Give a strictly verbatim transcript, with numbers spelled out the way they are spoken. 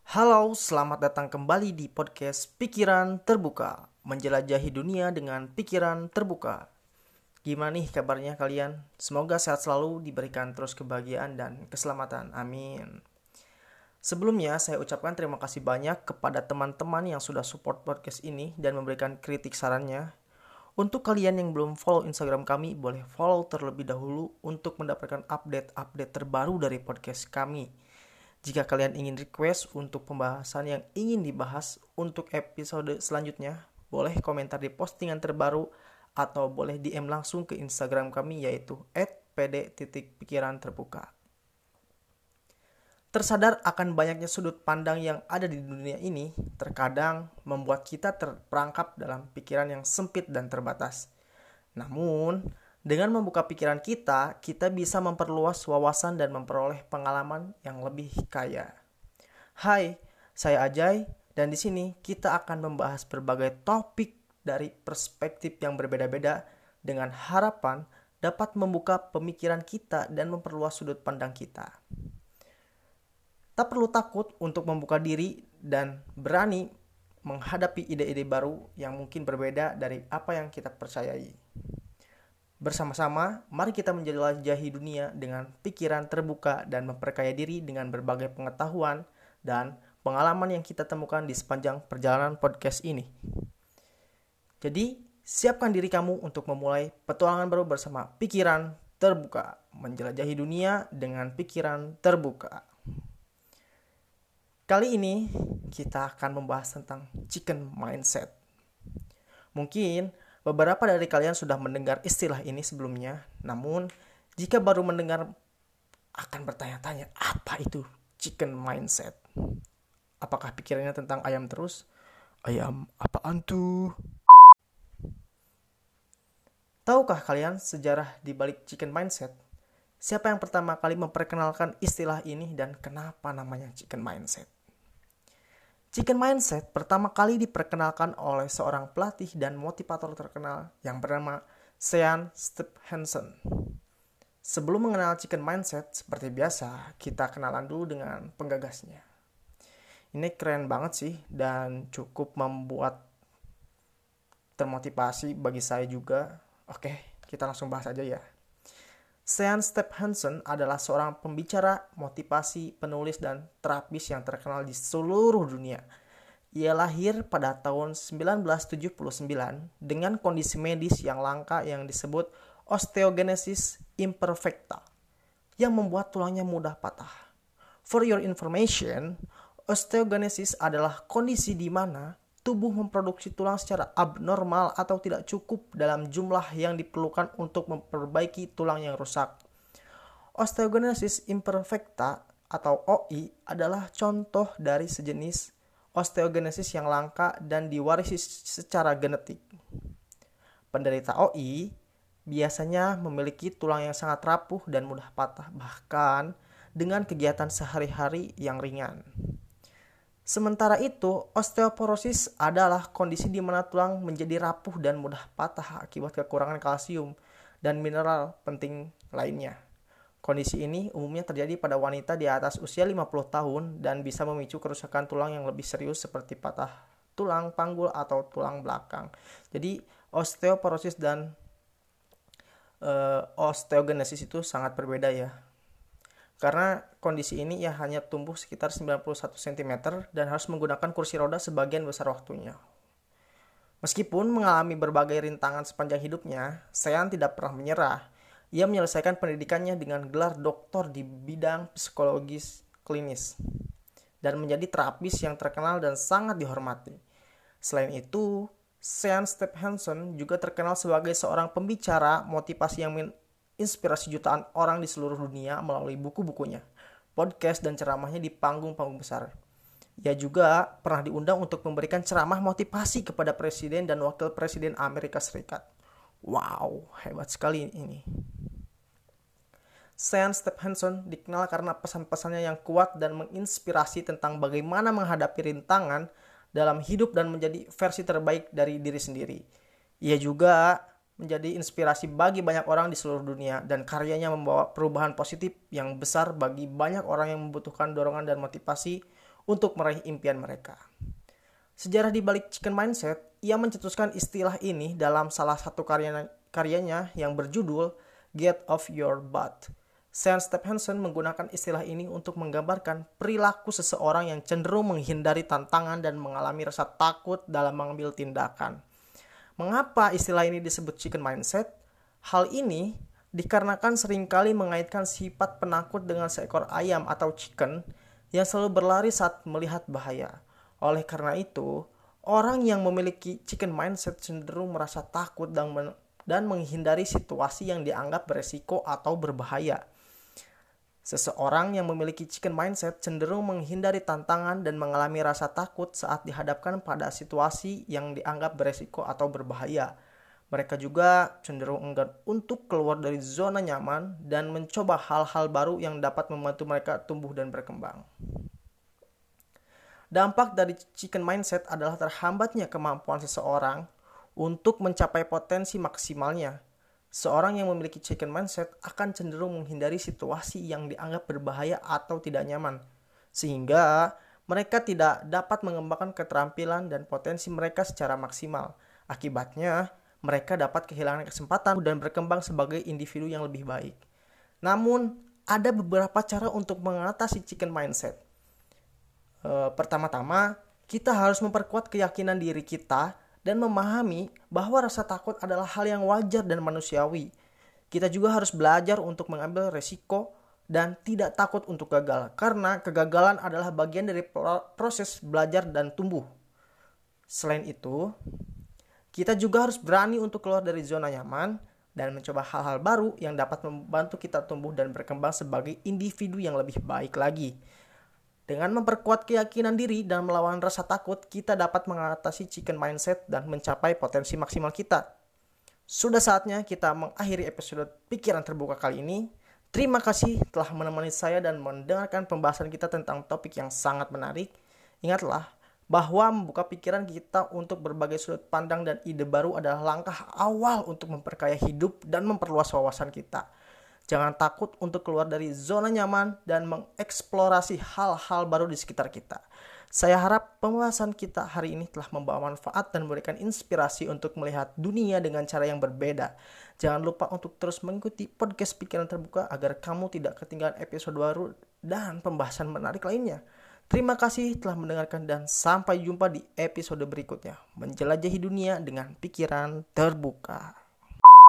Halo, selamat datang kembali di podcast Pikiran Terbuka. Menjelajahi dunia dengan pikiran terbuka. Gimana nih kabarnya kalian? Semoga sehat selalu, diberikan terus kebahagiaan dan keselamatan. Amin. Sebelumnya, saya ucapkan terima kasih banyak kepada teman-teman yang sudah support podcast ini dan memberikan kritik sarannya. Untuk kalian yang belum follow Instagram kami, boleh follow terlebih dahulu untuk mendapatkan update-update terbaru dari podcast kami. Jika kalian ingin request untuk pembahasan yang ingin dibahas untuk episode selanjutnya, boleh komentar di postingan terbaru atau boleh D M langsung ke Instagram kami yaitu et p d titik pikiran terbuka. Tersadar akan banyaknya sudut pandang yang ada di dunia ini, terkadang membuat kita terperangkap dalam pikiran yang sempit dan terbatas. Namun, dengan membuka pikiran kita, kita bisa memperluas wawasan dan memperoleh pengalaman yang lebih kaya. Hai, saya Ajay, dan di sini kita akan membahas berbagai topik dari perspektif yang berbeda-beda dengan harapan dapat membuka pemikiran kita dan memperluas sudut pandang kita. Tak perlu takut untuk membuka diri dan berani menghadapi ide-ide baru yang mungkin berbeda dari apa yang kita percayai. Bersama-sama, mari kita menjelajahi dunia dengan pikiran terbuka dan memperkaya diri dengan berbagai pengetahuan dan pengalaman yang kita temukan di sepanjang perjalanan podcast ini. Jadi, siapkan diri kamu untuk memulai petualangan baru bersama pikiran terbuka, menjelajahi dunia dengan pikiran terbuka. Kali ini, kita akan membahas tentang chicken mindset. Mungkin beberapa dari kalian sudah mendengar istilah ini sebelumnya, namun jika baru mendengar akan bertanya-tanya, apa itu chicken mindset? Apakah pikirannya tentang ayam terus? Ayam apaan tuh? Tahukah kalian sejarah di balik chicken mindset? Siapa yang pertama kali memperkenalkan istilah ini dan kenapa namanya chicken mindset? Chicken mindset pertama kali diperkenalkan oleh seorang pelatih dan motivator terkenal yang bernama Sean Stephenson. Sebelum mengenal chicken mindset, seperti biasa, kita kenalan dulu dengan penggagasnya. Ini keren banget sih dan cukup membuat termotivasi bagi saya juga. Oke, kita langsung bahas aja ya. Sean Stephenson adalah seorang pembicara, motivasi, penulis, dan terapis yang terkenal di seluruh dunia. Ia lahir pada tahun sembilan belas tujuh puluh sembilan dengan kondisi medis yang langka yang disebut osteogenesis imperfecta, yang membuat tulangnya mudah patah. For your information, osteogenesis adalah kondisi di mana tubuh memproduksi tulang secara abnormal atau tidak cukup dalam jumlah yang diperlukan untuk memperbaiki tulang yang rusak. Osteogenesis imperfecta atau O I adalah contoh dari sejenis osteogenesis yang langka dan diwarisi secara genetik. Penderita O I biasanya memiliki tulang yang sangat rapuh dan mudah patah, bahkan dengan kegiatan sehari-hari yang ringan. Sementara itu, osteoporosis adalah kondisi di mana tulang menjadi rapuh dan mudah patah akibat kekurangan kalsium dan mineral penting lainnya. Kondisi ini umumnya terjadi pada wanita di atas usia lima puluh tahun dan bisa memicu kerusakan tulang yang lebih serius seperti patah tulang panggul atau tulang belakang. Jadi, osteoporosis dan uh, osteogenesis itu sangat berbeda ya. Karena kondisi ini ia hanya tumbuh sekitar sembilan puluh satu sentimeter dan harus menggunakan kursi roda sebagian besar waktunya. Meskipun mengalami berbagai rintangan sepanjang hidupnya, Sean tidak pernah menyerah. Ia menyelesaikan pendidikannya dengan gelar doktor di bidang psikologis klinis dan menjadi terapis yang terkenal dan sangat dihormati. Selain itu, Sean Stephenson juga terkenal sebagai seorang pembicara motivasi yang inspirasi jutaan orang di seluruh dunia melalui buku-bukunya, podcast, dan ceramahnya di panggung-panggung besar. Ia juga pernah diundang untuk memberikan ceramah motivasi kepada Presiden dan Wakil Presiden Amerika Serikat. Wow, hebat sekali ini. Sean Stephenson dikenal karena pesan-pesannya yang kuat dan menginspirasi tentang bagaimana menghadapi rintangan dalam hidup dan menjadi versi terbaik dari diri sendiri. Ia juga menjadi inspirasi bagi banyak orang di seluruh dunia dan karyanya membawa perubahan positif yang besar bagi banyak orang yang membutuhkan dorongan dan motivasi untuk meraih impian mereka. Sejarah di balik chicken mindset, ia mencetuskan istilah ini dalam salah satu karyanya, karyanya yang berjudul Get Off Your Butt. Sean Stephenson menggunakan istilah ini untuk menggambarkan perilaku seseorang yang cenderung menghindari tantangan dan mengalami rasa takut dalam mengambil tindakan. Mengapa istilah ini disebut chicken mindset? Hal ini dikarenakan seringkali mengaitkan sifat penakut dengan seekor ayam atau chicken yang selalu berlari saat melihat bahaya. Oleh karena itu, orang yang memiliki chicken mindset cenderung merasa takut dan, men- dan menghindari situasi yang dianggap beresiko atau berbahaya. Seseorang yang memiliki chicken mindset cenderung menghindari tantangan dan mengalami rasa takut saat dihadapkan pada situasi yang dianggap beresiko atau berbahaya. Mereka juga cenderung enggan untuk keluar dari zona nyaman dan mencoba hal-hal baru yang dapat membantu mereka tumbuh dan berkembang. Dampak dari chicken mindset adalah terhambatnya kemampuan seseorang untuk mencapai potensi maksimalnya. Seorang yang memiliki chicken mindset akan cenderung menghindari situasi yang dianggap berbahaya atau tidak nyaman, sehingga mereka tidak dapat mengembangkan keterampilan dan potensi mereka secara maksimal. Akibatnya, mereka dapat kehilangan kesempatan dan berkembang sebagai individu yang lebih baik. Namun, ada beberapa cara untuk mengatasi chicken mindset. E, pertama-tama, kita harus memperkuat keyakinan diri kita dan memahami bahwa rasa takut adalah hal yang wajar dan manusiawi. Kita juga harus belajar untuk mengambil resiko dan tidak takut untuk gagal, karena kegagalan adalah bagian dari proses belajar dan tumbuh. Selain itu, kita juga harus berani untuk keluar dari zona nyaman dan mencoba hal-hal baru yang dapat membantu kita tumbuh dan berkembang sebagai individu yang lebih baik lagi. Dengan memperkuat keyakinan diri dan melawan rasa takut, kita dapat mengatasi chicken mindset dan mencapai potensi maksimal kita. Sudah saatnya kita mengakhiri episode Pikiran Terbuka kali ini. Terima kasih telah menemani saya dan mendengarkan pembahasan kita tentang topik yang sangat menarik. Ingatlah bahwa membuka pikiran kita untuk berbagai sudut pandang dan ide baru adalah langkah awal untuk memperkaya hidup dan memperluas wawasan kita. Jangan takut untuk keluar dari zona nyaman dan mengeksplorasi hal-hal baru di sekitar kita. Saya harap pembahasan kita hari ini telah membawa manfaat dan memberikan inspirasi untuk melihat dunia dengan cara yang berbeda. Jangan lupa untuk terus mengikuti podcast Pikiran Terbuka agar kamu tidak ketinggalan episode baru dan pembahasan menarik lainnya. Terima kasih telah mendengarkan dan sampai jumpa di episode berikutnya. Menjelajahi dunia dengan pikiran terbuka.